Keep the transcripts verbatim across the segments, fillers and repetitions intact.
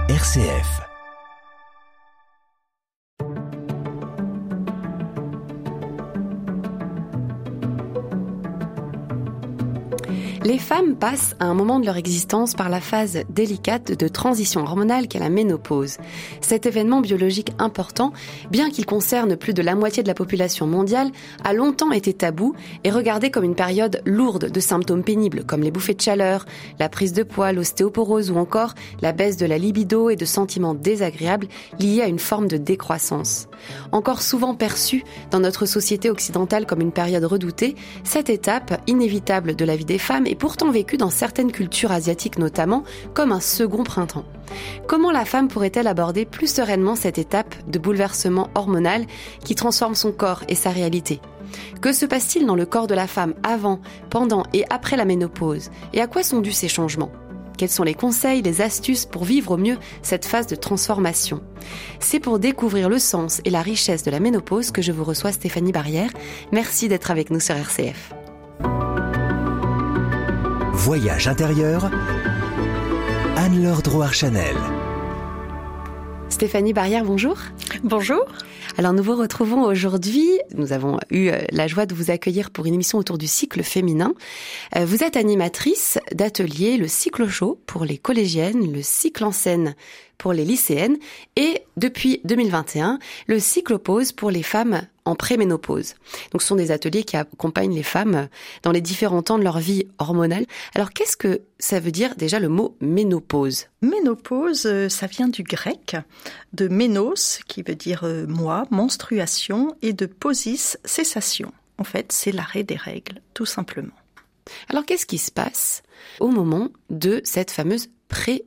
R C F. Les femmes passent à un moment de leur existence par la phase délicate de transition hormonale qu'est la ménopause. Cet événement biologique important, bien qu'il concerne plus de la moitié de la population mondiale, a longtemps été tabou et regardé comme une période lourde de symptômes pénibles comme les bouffées de chaleur, la prise de poids, l'ostéoporose ou encore la baisse de la libido et de sentiments désagréables liés à une forme de décroissance. Encore souvent perçue dans notre société occidentale comme une période redoutée, cette étape inévitable de la vie des femmes est pourtant vécue dans certaines cultures asiatiques notamment comme un second printemps. Comment la femme pourrait-elle aborder plus sereinement cette étape de bouleversement hormonal qui transforme son corps et sa réalité ? Que se passe-t-il dans le corps de la femme avant, pendant et après la ménopause ? Et à quoi sont dus ces changements ? Quels sont les conseils, les astuces pour vivre au mieux cette phase de transformation ? C'est pour découvrir le sens et la richesse de la ménopause que je vous reçois Stéphanie Barrière. Merci d'être avec nous sur R C F. Voyage intérieur, Anne-Laure Drouhard-Chanel. Stéphanie Barrière, bonjour. Bonjour. Alors nous vous retrouvons aujourd'hui, nous avons eu la joie de vous accueillir pour une émission autour du cycle féminin. Vous êtes animatrice d'ateliers, le cycle chaud pour les collégiennes, le cycle en scène pour les lycéennes et depuis deux mille vingt et un, le cyclopause pour les femmes en préménopause. Donc ce sont des ateliers qui accompagnent les femmes dans les différents temps de leur vie hormonale. Alors qu'est-ce que ça veut dire déjà le mot ménopause ? Ménopause, ça vient du grec, de ménos qui veut dire mois, menstruation, et de posis, cessation. En fait, c'est l'arrêt des règles, tout simplement. Alors qu'est-ce qui se passe au moment de cette fameuse préménopause ?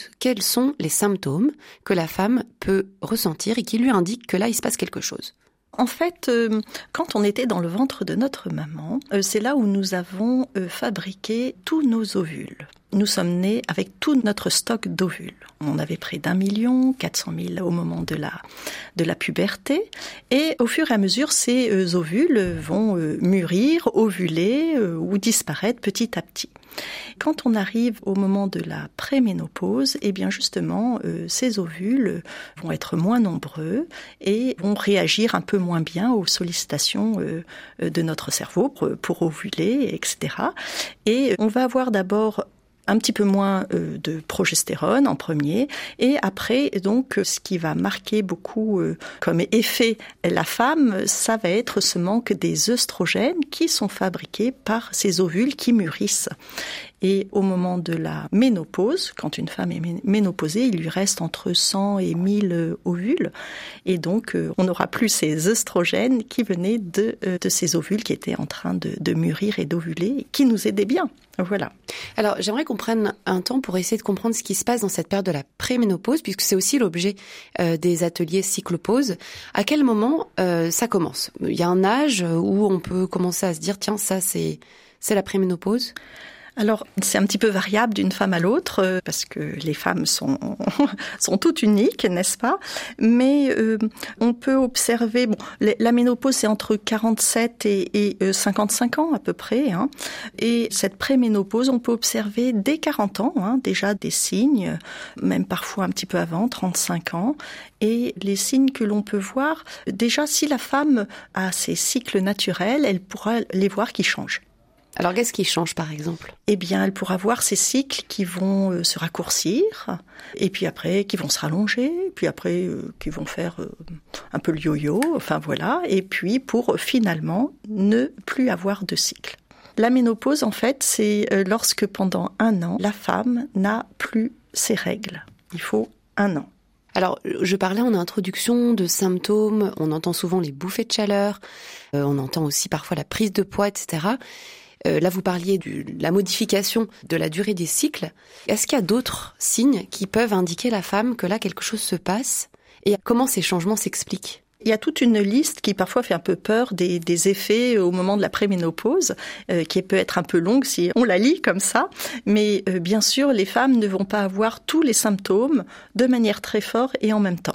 Quels sont les symptômes que la femme peut ressentir et qui lui indiquent que là, il se passe quelque chose ? En fait, euh, quand on était dans le ventre de notre maman, euh, c'est là où nous avons euh, fabriqué tous nos ovules. Nous sommes nés avec tout notre stock d'ovules. On avait près d'un million, quatre cent mille au moment de la, de la puberté. Et au fur et à mesure, ces euh, ovules vont euh, mûrir, ovuler euh, ou disparaître petit à petit. Quand on arrive au moment de la préménopause, eh bien justement, euh, ces ovules vont être moins nombreux et vont réagir un peu moins bien aux sollicitations euh, de notre cerveau pour, pour ovuler, et cetera. Et on va avoir d'abord un petit peu moins euh, de progestérone en premier, et après, donc, ce qui va marquer beaucoup euh, comme effet la femme, ça va être ce manque des œstrogènes qui sont fabriqués par ces ovules qui mûrissent. Et au moment de la ménopause, quand une femme est ménopausée, il lui reste entre cent et mille ovules. Et donc, euh, on n'aura plus ces œstrogènes qui venaient de, euh, de ces ovules qui étaient en train de, de mûrir et d'ovuler, et qui nous aidaient bien. Voilà. Alors, j'aimerais qu'on prenne un temps pour essayer de comprendre ce qui se passe dans cette période de la préménopause, puisque c'est aussi l'objet euh, des ateliers cyclopause. À quel moment euh, ça commence ? Il y a un âge où on peut commencer à se dire, tiens, ça, c'est, c'est la préménopause ? Alors, c'est un petit peu variable d'une femme à l'autre, parce que les femmes sont, sont toutes uniques, n'est-ce pas ? Mais euh, on peut observer, bon, la ménopause, c'est entre quarante-sept et, et cinquante-cinq ans à peu près. Hein, et cette préménopause, on peut observer dès quarante ans, hein, déjà des signes, même parfois un petit peu avant, trente-cinq ans. Et les signes que l'on peut voir, déjà, si la femme a ses cycles naturels, elle pourra les voir qui changent. Alors, qu'est-ce qui change, par exemple ? Eh bien, elle pourra voir ces cycles qui vont euh, se raccourcir, et puis après, qui vont se rallonger, puis après, euh, qui vont faire euh, un peu le yo-yo, enfin voilà, et puis pour euh, finalement ne plus avoir de cycle. La ménopause, en fait, c'est euh, lorsque pendant un an, la femme n'a plus ses règles. Il faut un an. Alors, je parlais en introduction de symptômes, on entend souvent les bouffées de chaleur, euh, on entend aussi parfois la prise de poids, et cetera. Euh, là, vous parliez de la modification de la durée des cycles. Est-ce qu'il y a d'autres signes qui peuvent indiquer à la femme que là, quelque chose se passe ? Et comment ces changements s'expliquent ? Il y a toute une liste qui parfois fait un peu peur des, des effets au moment de la préménopause, euh, qui peut être un peu longue si on la lit comme ça. Mais euh, bien sûr, les femmes ne vont pas avoir tous les symptômes de manière très forte et en même temps.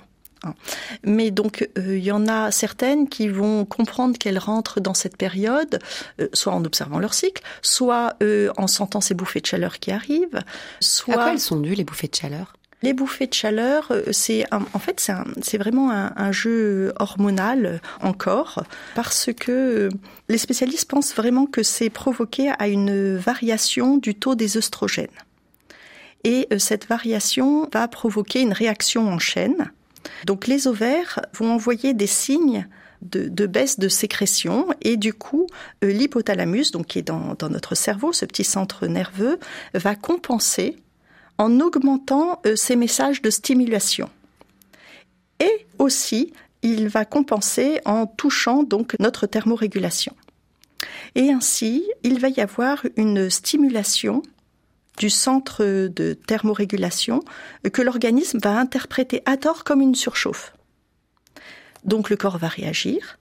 Mais donc, euh, il y en a certaines qui vont comprendre qu'elles rentrent dans cette période, euh, soit en observant leur cycle, soit euh, en sentant ces bouffées de chaleur qui arrivent, soit... À quoi elles sont dues, les bouffées de chaleur ? Les bouffées de chaleur, c'est un, en fait c'est, un, c'est vraiment un, un jeu hormonal encore, parce que les spécialistes pensent vraiment que c'est provoqué à une variation du taux des œstrogènes. Et cette variation va provoquer une réaction en chaîne. Donc les ovaires vont envoyer des signes de, de baisse de sécrétion, et du coup l'hypothalamus, donc qui est dans, dans notre cerveau, ce petit centre nerveux, va compenser en augmentant euh, ces messages de stimulation. Et aussi, il va compenser en touchant donc notre thermorégulation. Et ainsi, il va y avoir une stimulation du centre de thermorégulation que l'organisme va interpréter à tort comme une surchauffe. Donc le corps va réagir,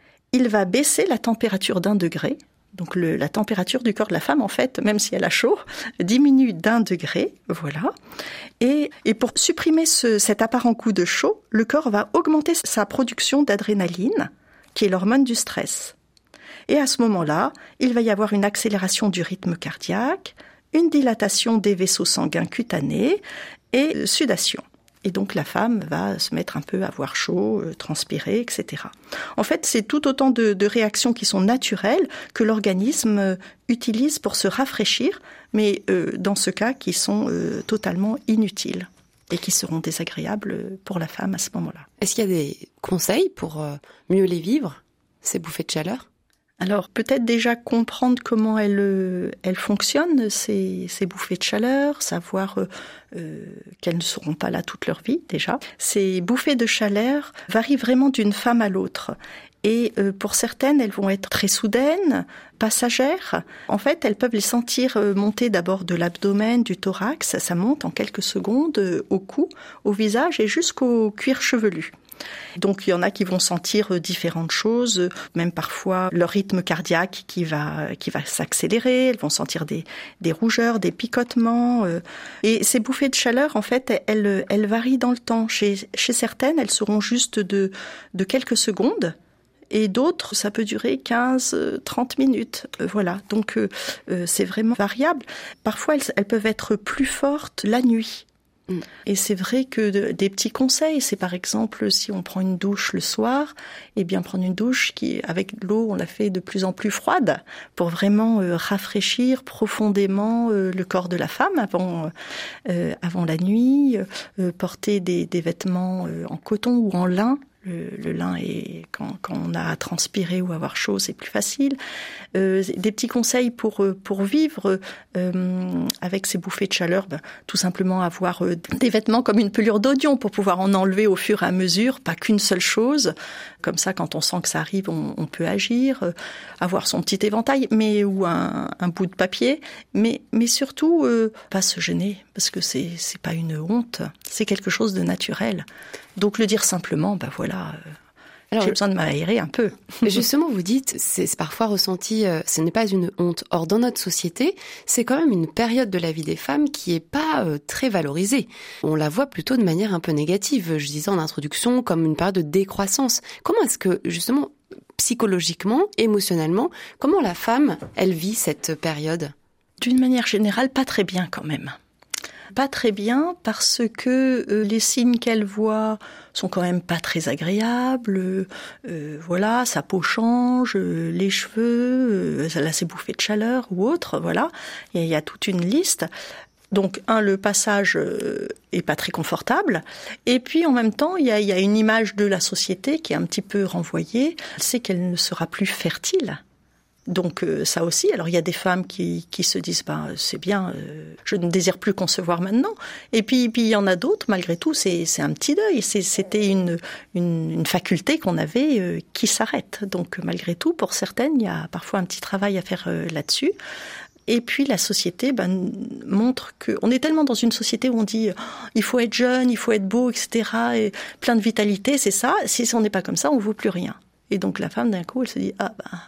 il va baisser la température d'un degré. Donc le, la température du corps de la femme, en fait, même si elle a chaud, diminue d'un degré, voilà. Et, et pour supprimer ce, cet apparent coup de chaud, le corps va augmenter sa production d'adrénaline, qui est l'hormone du stress. Et à ce moment-là, il va y avoir une accélération du rythme cardiaque, une dilatation des vaisseaux sanguins cutanés et sudation. Et donc la femme va se mettre un peu à avoir chaud, euh, transpirer, et cetera. En fait, c'est tout autant de, de réactions qui sont naturelles que l'organisme euh, utilise pour se rafraîchir, mais euh, dans ce cas qui sont euh, totalement inutiles et qui seront désagréables pour la femme à ce moment-là. Est-ce qu'il y a des conseils pour euh, mieux les vivre, ces bouffées de chaleur ? Alors, peut-être déjà comprendre comment elles, elles fonctionnent, ces, ces bouffées de chaleur, savoir euh, qu'elles ne seront pas là toute leur vie, déjà. Ces bouffées de chaleur varient vraiment d'une femme à l'autre. Et euh, pour certaines, elles vont être très soudaines, passagères. En fait, elles peuvent les sentir monter d'abord de l'abdomen, du thorax. Ça monte en quelques secondes euh, au cou, au visage et jusqu'au cuir chevelu. Donc il y en a qui vont sentir différentes choses, même parfois leur rythme cardiaque qui va qui va s'accélérer, elles vont sentir des des rougeurs, des picotements, et ces bouffées de chaleur en fait elles elles varient dans le temps. Chez chez certaines, elles seront juste de de quelques secondes. Et d'autres, ça peut durer quinze, trente minutes. Voilà, donc euh, c'est vraiment variable. Parfois, elles, elles peuvent être plus fortes la nuit. Et c'est vrai que de, des petits conseils, c'est par exemple si on prend une douche le soir, eh bien prendre une douche qui, avec l'eau, on la fait de plus en plus froide pour vraiment euh, rafraîchir profondément euh, le corps de la femme avant euh, avant la nuit, euh, porter des, des vêtements euh, en coton ou en lin. Le, le lin est quand, quand on a à transpirer ou avoir chaud, c'est plus facile. Euh, des petits conseils pour pour vivre euh, avec ces bouffées de chaleur, ben, tout simplement avoir euh, des vêtements comme une pelure d'oignon pour pouvoir en enlever au fur et à mesure, pas qu'une seule chose. Comme ça, quand on sent que ça arrive, on, on peut agir. Euh, avoir son petit éventail, mais ou un, un bout de papier, mais mais surtout euh, pas se gêner parce que c'est c'est pas une honte, c'est quelque chose de naturel. Donc le dire simplement, ben voilà, euh, Alors, j'ai besoin de m'aérer un peu. Justement, vous dites, c'est, c'est parfois ressenti, euh, ce n'est pas une honte. Or, dans notre société, c'est quand même une période de la vie des femmes qui est pas euh, très valorisée. On la voit plutôt de manière un peu négative. Je disais en introduction, comme une période de décroissance. Comment est-ce que, justement, psychologiquement, émotionnellement, comment la femme, elle vit cette période ? D'une manière générale, pas très bien quand même. Pas très bien parce que euh, les signes qu'elle voit sont quand même pas très agréables. Euh, voilà, sa peau change, euh, les cheveux, euh, elle a ses bouffées de chaleur ou autre. Voilà, il y, y a toute une liste. Donc, un, le passage euh, est pas très confortable. Et puis, en même temps, il y a, y a une image de la société qui est un petit peu renvoyée. Elle sait qu'elle ne sera plus fertile. Donc euh, ça aussi, alors il y a des femmes qui qui se disent ben c'est bien, euh, je ne désire plus concevoir maintenant. Et puis puis il y en a d'autres, malgré tout, c'est c'est un petit deuil. C'est, c'était une une, une faculté qu'on avait euh, qui s'arrête. Donc malgré tout, pour certaines, il y a parfois un petit travail à faire euh, là-dessus. Et puis la société ben, montre que on est tellement dans une société où on dit oh, il faut être jeune, il faut être beau, et cetera. Et plein de vitalité, c'est ça. Si on n'est pas comme ça, on vaut plus rien. Et donc la femme d'un coup, elle se dit ah ben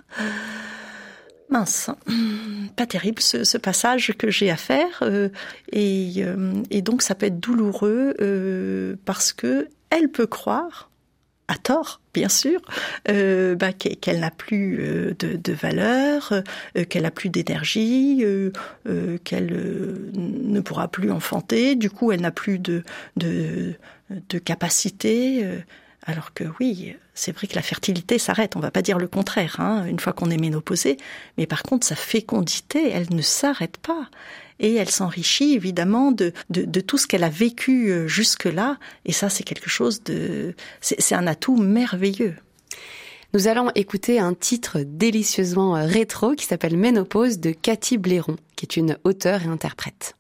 mince, pas terrible ce, ce passage que j'ai à faire euh, et, euh, et donc ça peut être douloureux euh, parce que elle peut croire à tort, bien sûr, euh, bah, qu'elle n'a plus euh, de, de valeur, euh, qu'elle n'a plus d'énergie, euh, euh, qu'elle euh, ne pourra plus enfanter. Du coup, elle n'a plus de, de, de capacité. Euh, alors que oui, c'est vrai que la fertilité s'arrête. On ne va pas dire le contraire, hein, une fois qu'on est ménopausé. Mais par contre, sa fécondité, elle ne s'arrête pas. Et elle s'enrichit évidemment de, de, de tout ce qu'elle a vécu jusque-là. Et ça, c'est quelque chose de... C'est, c'est un atout merveilleux. Nous allons écouter un titre délicieusement rétro qui s'appelle Ménopause de Cathy Blairon, qui est une auteure et interprète.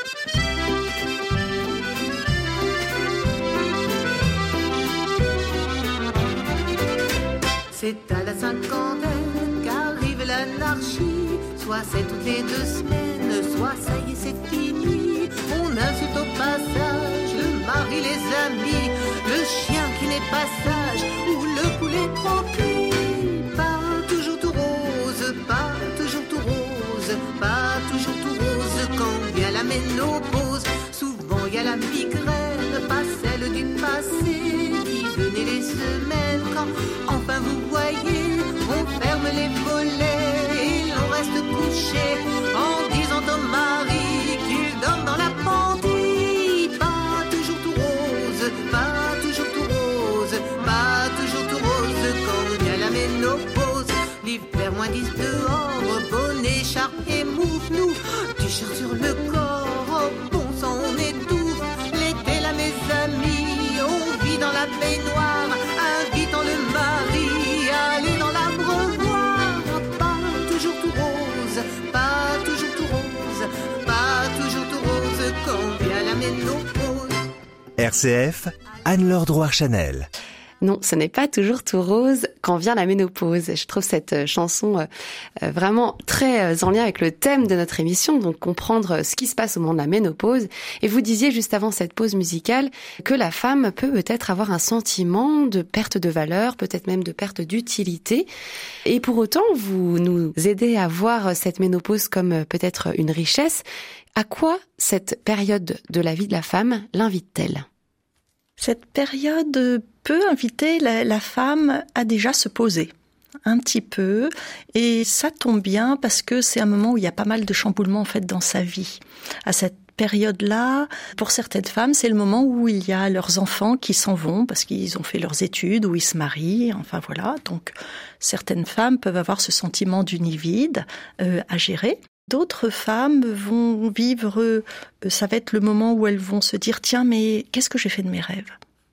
C'est à la cinquantaine qu'arrive l'anarchie. Soit c'est toutes les deux semaines, soit ça y est c'est fini. On insulte au passage le mari, les amis, le chien qui n'est pas sage ou le poulet trop cuit. Pas toujours tout rose, pas toujours tout rose, pas toujours tout rose quand vient la ménopause. Souvent il y a la migraine, pas celle du passé, qui venait les semaines quand enfin vous voyez, on ferme les volets et l'on reste couché en disant au mari qu'il dorme dans la pendille. Pas toujours tout rose, pas toujours tout rose, pas toujours tout rose quand vient la ménopause. L'hiver moins dix dehors, bonnet, écharpe et mouffe, nous, t-shirt sur le corps, oh bon sang on étouffe. L'été là mes amis, on vit dans la baignoire, invitant le mari à aller dans l'abreuvoir. Pas toujours tout rose, pas toujours tout rose, pas toujours tout rose quand vient la ménopause. R C F, Anne-Laure Drouhard-Chanel. Non, ce n'est pas toujours tout rose quand vient la ménopause. Je trouve cette chanson vraiment très en lien avec le thème de notre émission, donc comprendre ce qui se passe au moment de la ménopause. Et vous disiez juste avant cette pause musicale que la femme peut peut-être avoir un sentiment de perte de valeur, peut-être même de perte d'utilité. Et pour autant, vous nous aidez à voir cette ménopause comme peut-être une richesse. À quoi cette période de la vie de la femme l'invite-t-elle ? Cette période peut inviter la, la femme à déjà se poser un petit peu, et ça tombe bien parce que c'est un moment où il y a pas mal de chamboulements en fait dans sa vie. À cette période-là, pour certaines femmes, c'est le moment où il y a leurs enfants qui s'en vont parce qu'ils ont fait leurs études ou ils se marient, enfin voilà. Donc certaines femmes peuvent avoir ce sentiment d'univide euh, à gérer. D'autres femmes vont vivre, euh, ça va être le moment où elles vont se dire « Tiens, mais qu'est-ce que j'ai fait de mes rêves ?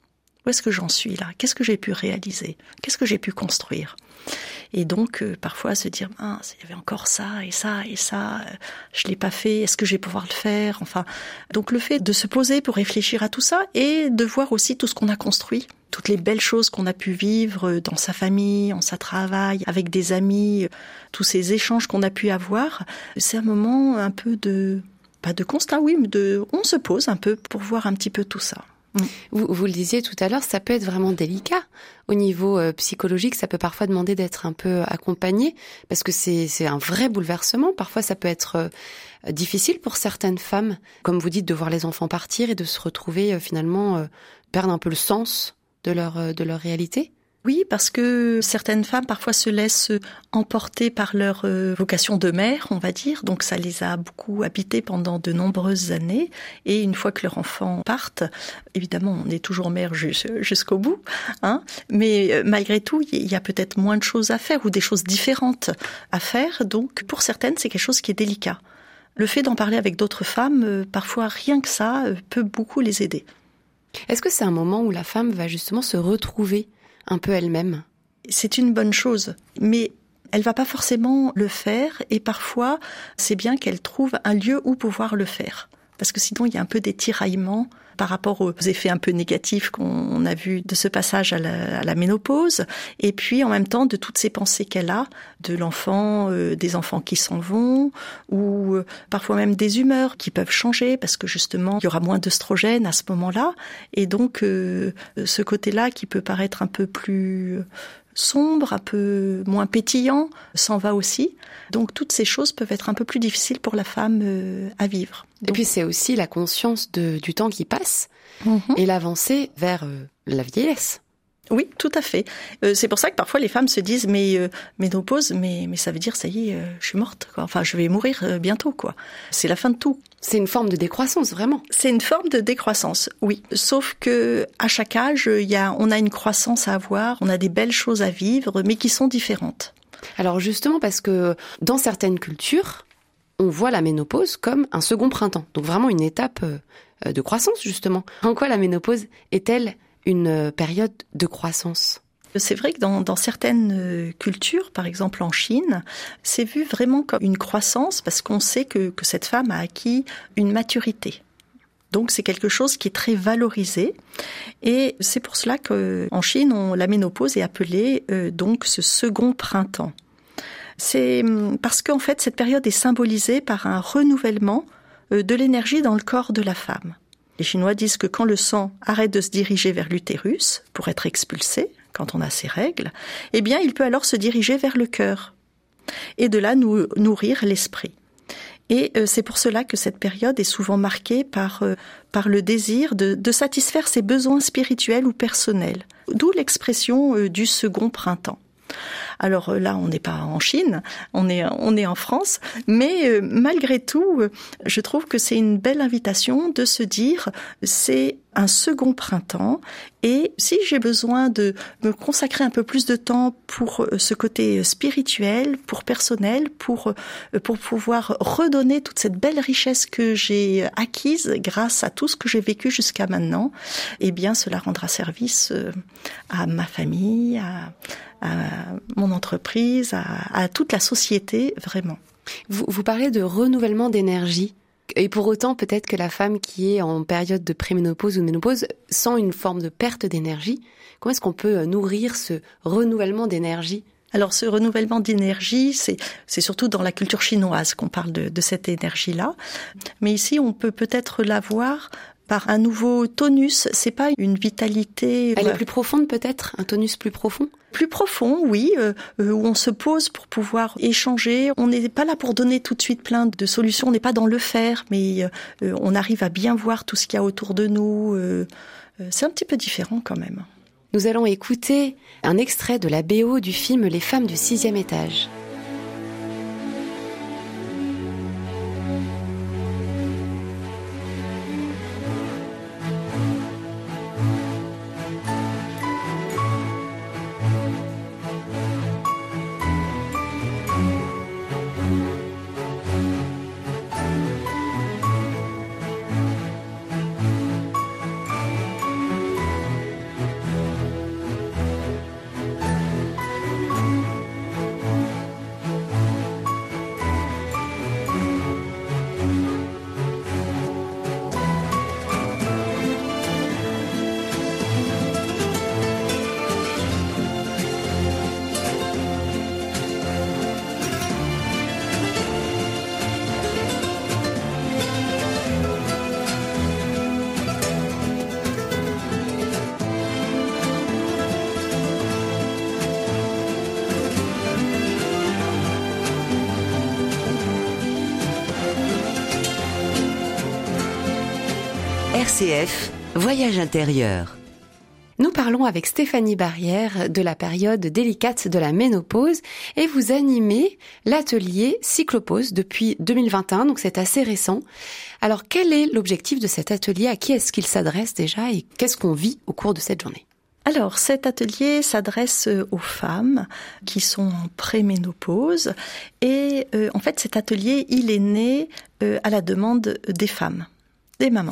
Où est-ce que j'en suis là ? Qu'est-ce que j'ai pu réaliser ? Qu'est-ce que j'ai pu construire ?» Et donc, euh, parfois, se dire ah, « Il y avait encore ça et ça et ça, euh, je l'ai pas fait, est-ce que je vais pouvoir le faire ?» Enfin, donc le fait de se poser pour réfléchir à tout ça et de voir aussi tout ce qu'on a construit, toutes les belles choses qu'on a pu vivre dans sa famille, en sa travail, avec des amis, tous ces échanges qu'on a pu avoir, c'est un moment un peu de, pas de constat, oui, mais de, on se pose un peu pour voir un petit peu tout ça. Vous, vous le disiez tout à l'heure, ça peut être vraiment délicat au niveau euh, psychologique. Ça peut parfois demander d'être un peu accompagné parce que c'est, c'est un vrai bouleversement. Parfois, ça peut être euh, difficile pour certaines femmes, comme vous dites, de voir les enfants partir et de se retrouver euh, finalement euh, perdre un peu le sens de leur euh, de leur réalité. Oui, parce que certaines femmes parfois se laissent emporter par leur euh, vocation de mère, on va dire. Donc ça les a beaucoup habitées pendant de nombreuses années. Et une fois que leurs enfants partent, évidemment, on est toujours mère jus- jusqu'au bout, hein. Mais euh, malgré tout, il y a peut-être moins de choses à faire ou des choses différentes à faire. Donc pour certaines, c'est quelque chose qui est délicat. Le fait d'en parler avec d'autres femmes, euh, parfois rien que ça, euh, peut beaucoup les aider. Est-ce que c'est un moment où la femme va justement se retrouver un peu elle-même ? C'est une bonne chose, mais elle va pas forcément le faire, et parfois c'est bien qu'elle trouve un lieu où pouvoir le faire, parce que sinon il y a un peu des tiraillements par rapport aux effets un peu négatifs qu'on a vus de ce passage à la, à la ménopause, et puis en même temps de toutes ces pensées qu'elle a, de l'enfant, euh, des enfants qui s'en vont, ou euh, parfois même des humeurs qui peuvent changer, parce que justement il y aura moins d'œstrogène à ce moment-là, et donc euh, ce côté-là qui peut paraître un peu plus sombre, un peu moins pétillant, s'en va aussi. Donc toutes ces choses peuvent être un peu plus difficiles pour la femme euh, à vivre. Donc... Et puis c'est aussi la conscience de, du temps qui passe, mmh. et l'avancée vers euh, la vieillesse. Oui, tout à fait. Euh, c'est pour ça que parfois les femmes se disent mais euh, ménopause, mais mais ça veut dire ça y est, euh, je suis morte, quoi. Enfin, je vais mourir euh, bientôt, quoi. C'est la fin de tout. C'est une forme de décroissance, vraiment. C'est une forme de décroissance, oui. Sauf que à chaque âge, il y a, on a une croissance à avoir, on a des belles choses à vivre, mais qui sont différentes. Alors justement, parce que dans certaines cultures, on voit la ménopause comme un second printemps. Donc vraiment une étape euh, de croissance, justement. En quoi la ménopause est-elle une période de croissance? C'est vrai que dans, dans certaines cultures, par exemple en Chine, c'est vu vraiment comme une croissance parce qu'on sait que, que cette femme a acquis une maturité. Donc c'est quelque chose qui est très valorisé et c'est pour cela qu'en Chine, on, la ménopause est appelée euh, donc ce second printemps. C'est parce qu'en fait cette période est symbolisée par un renouvellement euh, de l'énergie dans le corps de la femme. Les Chinois disent que quand le sang arrête de se diriger vers l'utérus pour être expulsé, quand on a ses règles, eh bien, il peut alors se diriger vers le cœur et de là nous nourrir l'esprit. Et euh, c'est pour cela que cette période est souvent marquée par euh, par le désir de, de satisfaire ses besoins spirituels ou personnels, d'où l'expression euh, du second printemps. Alors là, on n'est pas en Chine, on est on est en France, mais euh, malgré tout, euh, je trouve que c'est une belle invitation de se dire c'est un second printemps et si j'ai besoin de me consacrer un peu plus de temps pour euh, ce côté spirituel, pour personnel, pour euh, pour pouvoir redonner toute cette belle richesse que j'ai acquise grâce à tout ce que j'ai vécu jusqu'à maintenant, eh bien cela rendra service euh, à ma famille, à à mon entreprise, à, à toute la société, vraiment. Vous, vous parlez de renouvellement d'énergie. Et pour autant, peut-être que la femme qui est en période de préménopause ou de ménopause sent une forme de perte d'énergie. Comment est-ce qu'on peut nourrir ce renouvellement d'énergie ? Alors, ce renouvellement d'énergie, c'est, c'est surtout dans la culture chinoise qu'on parle de, de cette énergie-là. Mais ici, on peut peut-être l'avoir par un nouveau tonus. C'est pas une vitalité. Elle est plus profonde peut-être, un tonus plus profond. Plus profond, oui, euh, où on se pose pour pouvoir échanger. On n'est pas là pour donner tout de suite plein de solutions. On n'est pas dans le faire, mais euh, on arrive à bien voir tout ce qu'il y a autour de nous. Euh, euh, c'est un petit peu différent quand même. Nous allons écouter un extrait de la B O du film Les femmes du sixième étage. R C F, Voyage intérieur. Nous parlons avec Stéphanie Barrière de la période délicate de la ménopause et vous animez l'atelier Cyclopause depuis deux mille vingt et un, donc c'est assez récent. Alors quel est l'objectif de cet atelier? À qui est-ce qu'il s'adresse déjà et qu'est-ce qu'on vit au cours de cette journée? Alors, cet atelier s'adresse aux femmes qui sont en préménopause et euh, en fait, cet atelier, il est né euh, à la demande des femmes, des mamans.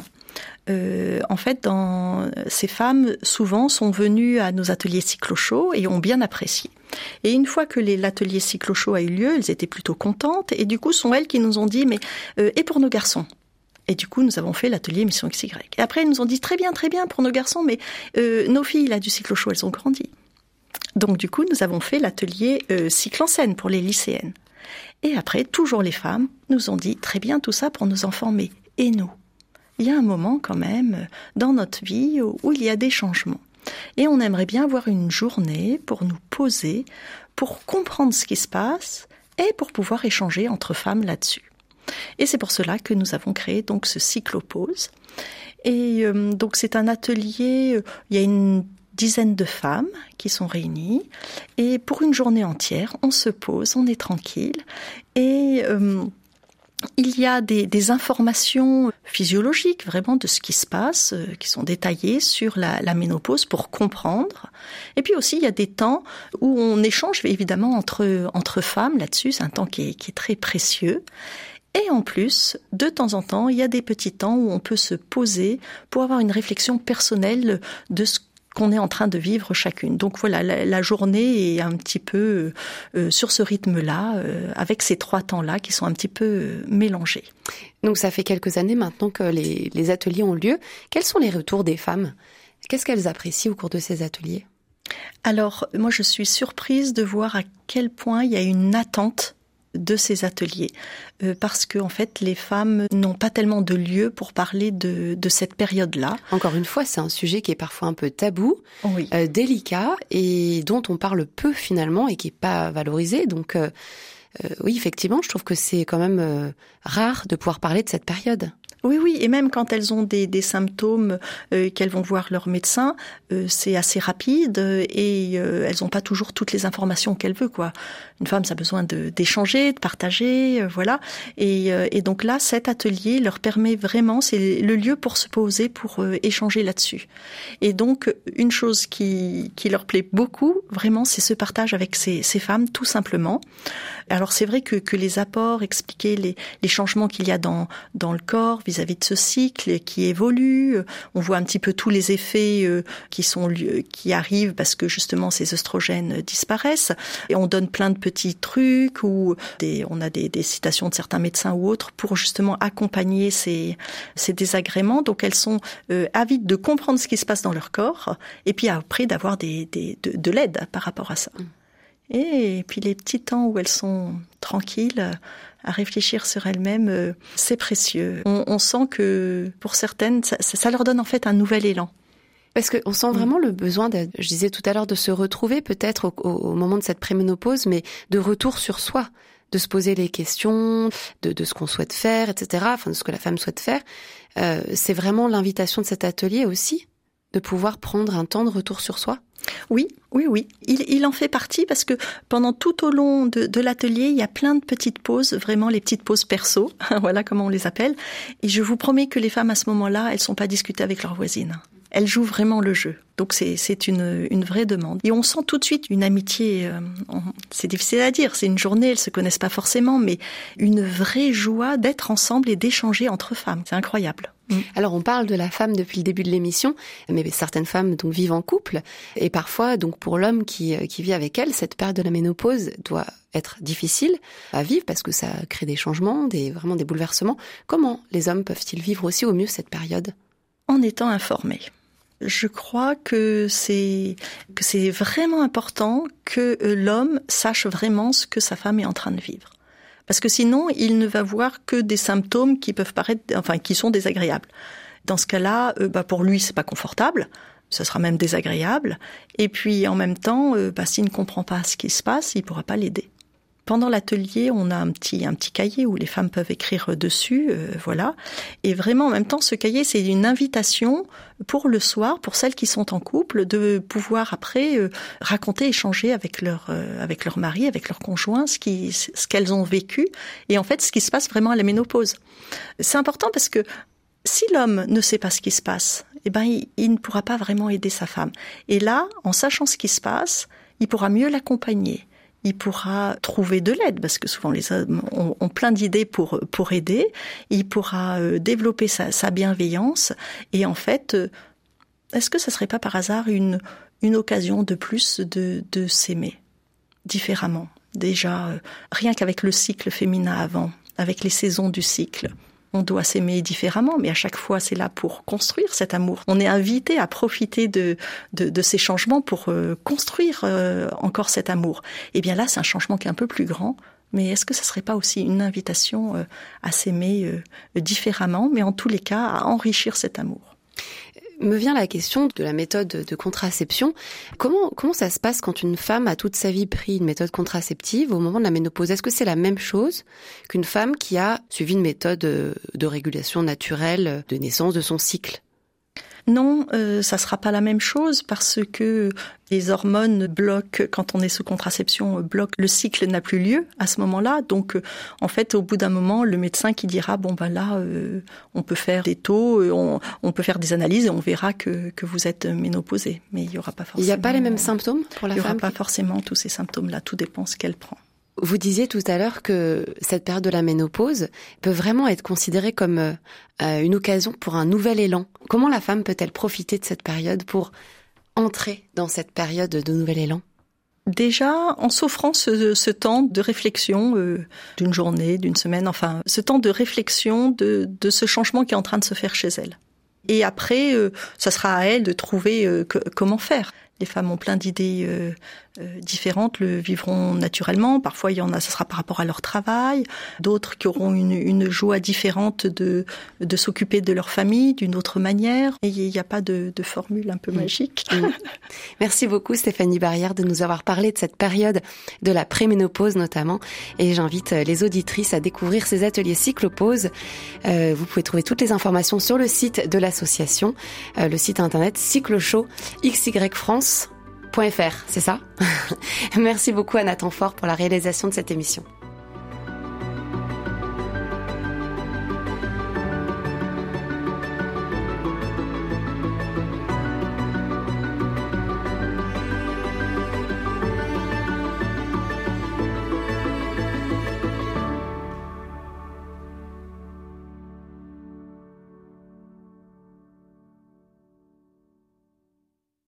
Euh, en fait, dans, ces femmes, souvent, sont venues à nos ateliers cyclo-show et ont bien apprécié. Et une fois que les, l'atelier cyclo-show a eu lieu, elles étaient plutôt contentes et du coup, sont elles qui nous ont dit, mais euh, et pour nos garçons? Et du coup, nous avons fait l'atelier Mission X Y. Et après, ils nous ont dit, très bien, très bien pour nos garçons, mais euh, nos filles, là, du cyclo-show, elles ont grandi. Donc, du coup, nous avons fait l'atelier euh, cycle en scène pour les lycéennes. Et après, toujours les femmes nous ont dit, très bien, tout ça pour nos enfants, mais et nous? Il y a un moment, quand même, dans notre vie où, où il y a des changements. Et on aimerait bien avoir une journée pour nous poser, pour comprendre ce qui se passe et pour pouvoir échanger entre femmes là-dessus. Et c'est pour cela que nous avons créé donc ce cyclopause. Et euh, donc c'est un atelier, euh, il y a une dizaine de femmes qui sont réunies et pour une journée entière, on se pose, on est tranquille et euh, il y a des, des informations physiologiques vraiment de ce qui se passe, euh, qui sont détaillées sur la, la ménopause pour comprendre. Et puis aussi, il y a des temps où on échange évidemment entre, entre femmes là-dessus. C'est un temps qui est, qui est très précieux. Et en plus, de temps en temps, il y a des petits temps où on peut se poser pour avoir une réflexion personnelle de ce qu'on est en train de vivre chacune. Donc voilà, la, la journée est un petit peu euh, sur ce rythme-là, euh, avec ces trois temps-là qui sont un petit peu euh, mélangés. Donc ça fait quelques années maintenant que les, les ateliers ont lieu. Quels sont les retours des femmes ? Qu'est-ce qu'elles apprécient au cours de ces ateliers ? Alors, moi je suis surprise de voir à quel point il y a une attente de ces ateliers, euh, parce que en fait les femmes n'ont pas tellement de lieu pour parler de, de cette période-là. Encore une fois, c'est un sujet qui est parfois un peu tabou, oui. euh, délicat et dont on parle peu finalement et qui est pas valorisé. Donc euh, euh, oui, effectivement, je trouve que c'est quand même euh, rare de pouvoir parler de cette période. Oui, oui, et même quand elles ont des, des symptômes, euh, qu'elles vont voir leur médecin, euh, c'est assez rapide et euh, elles n'ont pas toujours toutes les informations qu'elles veulent, quoi. Une femme, ça a besoin de, d'échanger, de partager, euh, voilà. Et, euh, et donc là, cet atelier leur permet vraiment, c'est le lieu pour se poser, pour euh, échanger là-dessus. Et donc, une chose qui, qui leur plaît beaucoup, vraiment, c'est ce partage avec ces, ces femmes, tout simplement. Alors, c'est vrai que, que les apports, expliquer les, les changements qu'il y a dans, dans le corps, vis-à-vis de ce cycle qui évolue. On voit un petit peu tous les effets qui sont qui arrivent parce que justement ces œstrogènes disparaissent. Et on donne plein de petits trucs ou des, on a des, des citations de certains médecins ou autres pour justement accompagner ces, ces désagréments. Donc elles sont euh, avides de comprendre ce qui se passe dans leur corps et puis après d'avoir des, des, de, de l'aide par rapport à ça. Et puis les petits temps où elles sont tranquilles à réfléchir sur elles-mêmes, euh, c'est précieux. On, on sent que pour certaines, ça, ça leur donne en fait un nouvel élan. Parce qu'on sent vraiment le besoin, de, je disais tout à l'heure, de se retrouver peut-être au, au moment de cette préménopause, mais de retour sur soi, de se poser les questions, de, de ce qu'on souhaite faire, et cetera, enfin de ce que la femme souhaite faire. Euh, c'est vraiment l'invitation de cet atelier aussi, de pouvoir prendre un temps de retour sur soi. Oui, oui, oui. Il, il en fait partie parce que pendant tout au long de, de l'atelier, il y a plein de petites pauses, vraiment les petites pauses perso, voilà comment on les appelle. Et je vous promets que les femmes à ce moment-là, elles sont pas discutées avec leurs voisines. Elles jouent vraiment le jeu. Donc c'est, c'est une, une vraie demande. Et on sent tout de suite une amitié, euh, on, c'est difficile à dire, c'est une journée, elles se connaissent pas forcément, mais une vraie joie d'être ensemble et d'échanger entre femmes. C'est incroyable. Alors on parle de la femme depuis le début de l'émission, mais certaines femmes donc vivent en couple et parfois donc pour l'homme qui qui vit avec elle, cette période de la ménopause doit être difficile à vivre parce que ça crée des changements, des vraiment des bouleversements. Comment les hommes peuvent-ils vivre aussi au mieux cette période ? En étant informés. Je crois que c'est que c'est vraiment important que l'homme sache vraiment ce que sa femme est en train de vivre. Parce que sinon, il ne va voir que des symptômes qui peuvent paraître, enfin, qui sont désagréables. Dans ce cas-là, euh, bah, pour lui, c'est pas confortable. Ça sera même désagréable. Et puis, en même temps, euh, bah, s'il ne comprend pas ce qui se passe, il pourra pas l'aider. Pendant l'atelier, on a un petit un petit cahier où les femmes peuvent écrire dessus, euh, voilà. Et vraiment, en même temps, ce cahier, c'est une invitation pour le soir, pour celles qui sont en couple, de pouvoir après euh, raconter, échanger avec leur euh, avec leur mari, avec leur conjoint, ce qui ce qu'elles ont vécu et en fait ce qui se passe vraiment à la ménopause. C'est important parce que si l'homme ne sait pas ce qui se passe, eh ben il, il ne pourra pas vraiment aider sa femme. Et là, en sachant ce qui se passe, il pourra mieux l'accompagner. Il pourra trouver de l'aide, parce que souvent les hommes ont, ont plein d'idées pour pour aider. Il pourra euh, développer sa, sa bienveillance. Et en fait, euh, est-ce que ça serait pas par hasard une une occasion de plus de de s'aimer différemment ? Déjà, euh, rien qu'avec le cycle féminin avant, avec les saisons du cycle. On doit s'aimer différemment, mais à chaque fois, c'est là pour construire cet amour. On est invité à profiter de, de, de ces changements pour euh, construire euh, encore cet amour. Et bien là, c'est un changement qui est un peu plus grand, mais est-ce que ça serait pas aussi une invitation euh, à s'aimer euh, différemment, mais en tous les cas, à enrichir cet amour ? Me vient la question de la méthode de contraception. Comment comment ça se passe quand une femme a toute sa vie pris une méthode contraceptive au moment de la ménopause ? Est-ce que c'est la même chose qu'une femme qui a suivi une méthode de régulation naturelle de naissance de son cycle ? Non, euh, ça sera pas la même chose parce que les hormones bloquent, quand on est sous contraception, bloquent, le cycle n'a plus lieu à ce moment-là. Donc, euh, en fait, au bout d'un moment, le médecin qui dira, bon ben là, euh, on peut faire des taux, on, on peut faire des analyses et on verra que, que vous êtes ménopausée. Mais il y aura pas forcément... Il n'y a pas les mêmes symptômes pour la femme? Il n'y aura pas qui... forcément tous ces symptômes-là, tout dépend ce qu'elle prend. Vous disiez tout à l'heure que cette période de la ménopause peut vraiment être considérée comme euh, une occasion pour un nouvel élan. Comment la femme peut-elle profiter de cette période pour entrer dans cette période de nouvel élan? Déjà, en s'offrant ce, ce temps de réflexion euh, d'une journée, d'une semaine, enfin, ce temps de réflexion de, de ce changement qui est en train de se faire chez elle. Et après, euh, ça sera à elle de trouver euh, que, comment faire. Les femmes ont plein d'idées euh, euh, différentes, le vivront naturellement. Parfois, il y en a, ça sera par rapport à leur travail. D'autres qui auront une, une joie différente de, de s'occuper de leur famille d'une autre manière. Et il n'y a pas de, de formule un peu mmh. magique. Mmh. Merci beaucoup, Stéphanie Barrière, de nous avoir parlé de cette période de la préménopause notamment. Et j'invite les auditrices à découvrir ces ateliers cyclopause. Euh, vous pouvez trouver toutes les informations sur le site de l'association, euh, le site internet cycloshow x y france point f r, c'est ça? Merci beaucoup à Nathan Faure pour la réalisation de cette émission.